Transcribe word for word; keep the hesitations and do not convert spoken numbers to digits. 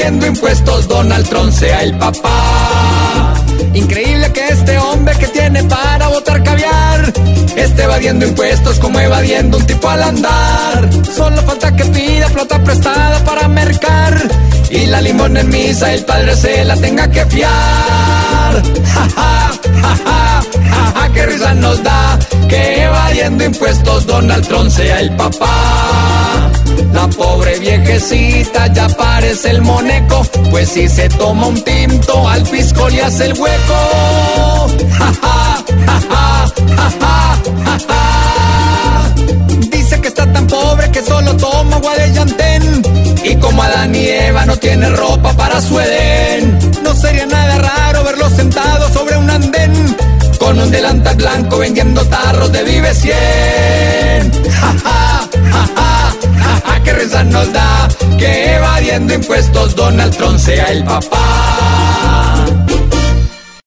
evadiendo impuestos, Donald Trump sea el papá. Increíble que este hombre que tiene para botar caviar esté evadiendo impuestos como evadiendo un tipo al andar. Solo falta que pida plata prestada para mercar y la limón en misa el padre se la tenga que fiar. Ja, ja, ja, ja, ja, ja, qué risa nos da que evadiendo impuestos Donald Trump sea el papá. La pobre viejecita ya parece el moneco, pues si se toma un tinto al pisco le hace el hueco. Ja, ja, ja, ja, ja, ja, ja, ja. Dice que está tan pobre que solo toma agua de llantén, y como Adán y Eva no tiene ropa para su Edén. No sería nada raro verlo sentado sobre un andén con un delantal blanco vendiendo tarros de Vive cien. Ja, ja, ja, ja, ja, ja, qué risa nos da que evadiendo impuestos Donald Trump sea el papá.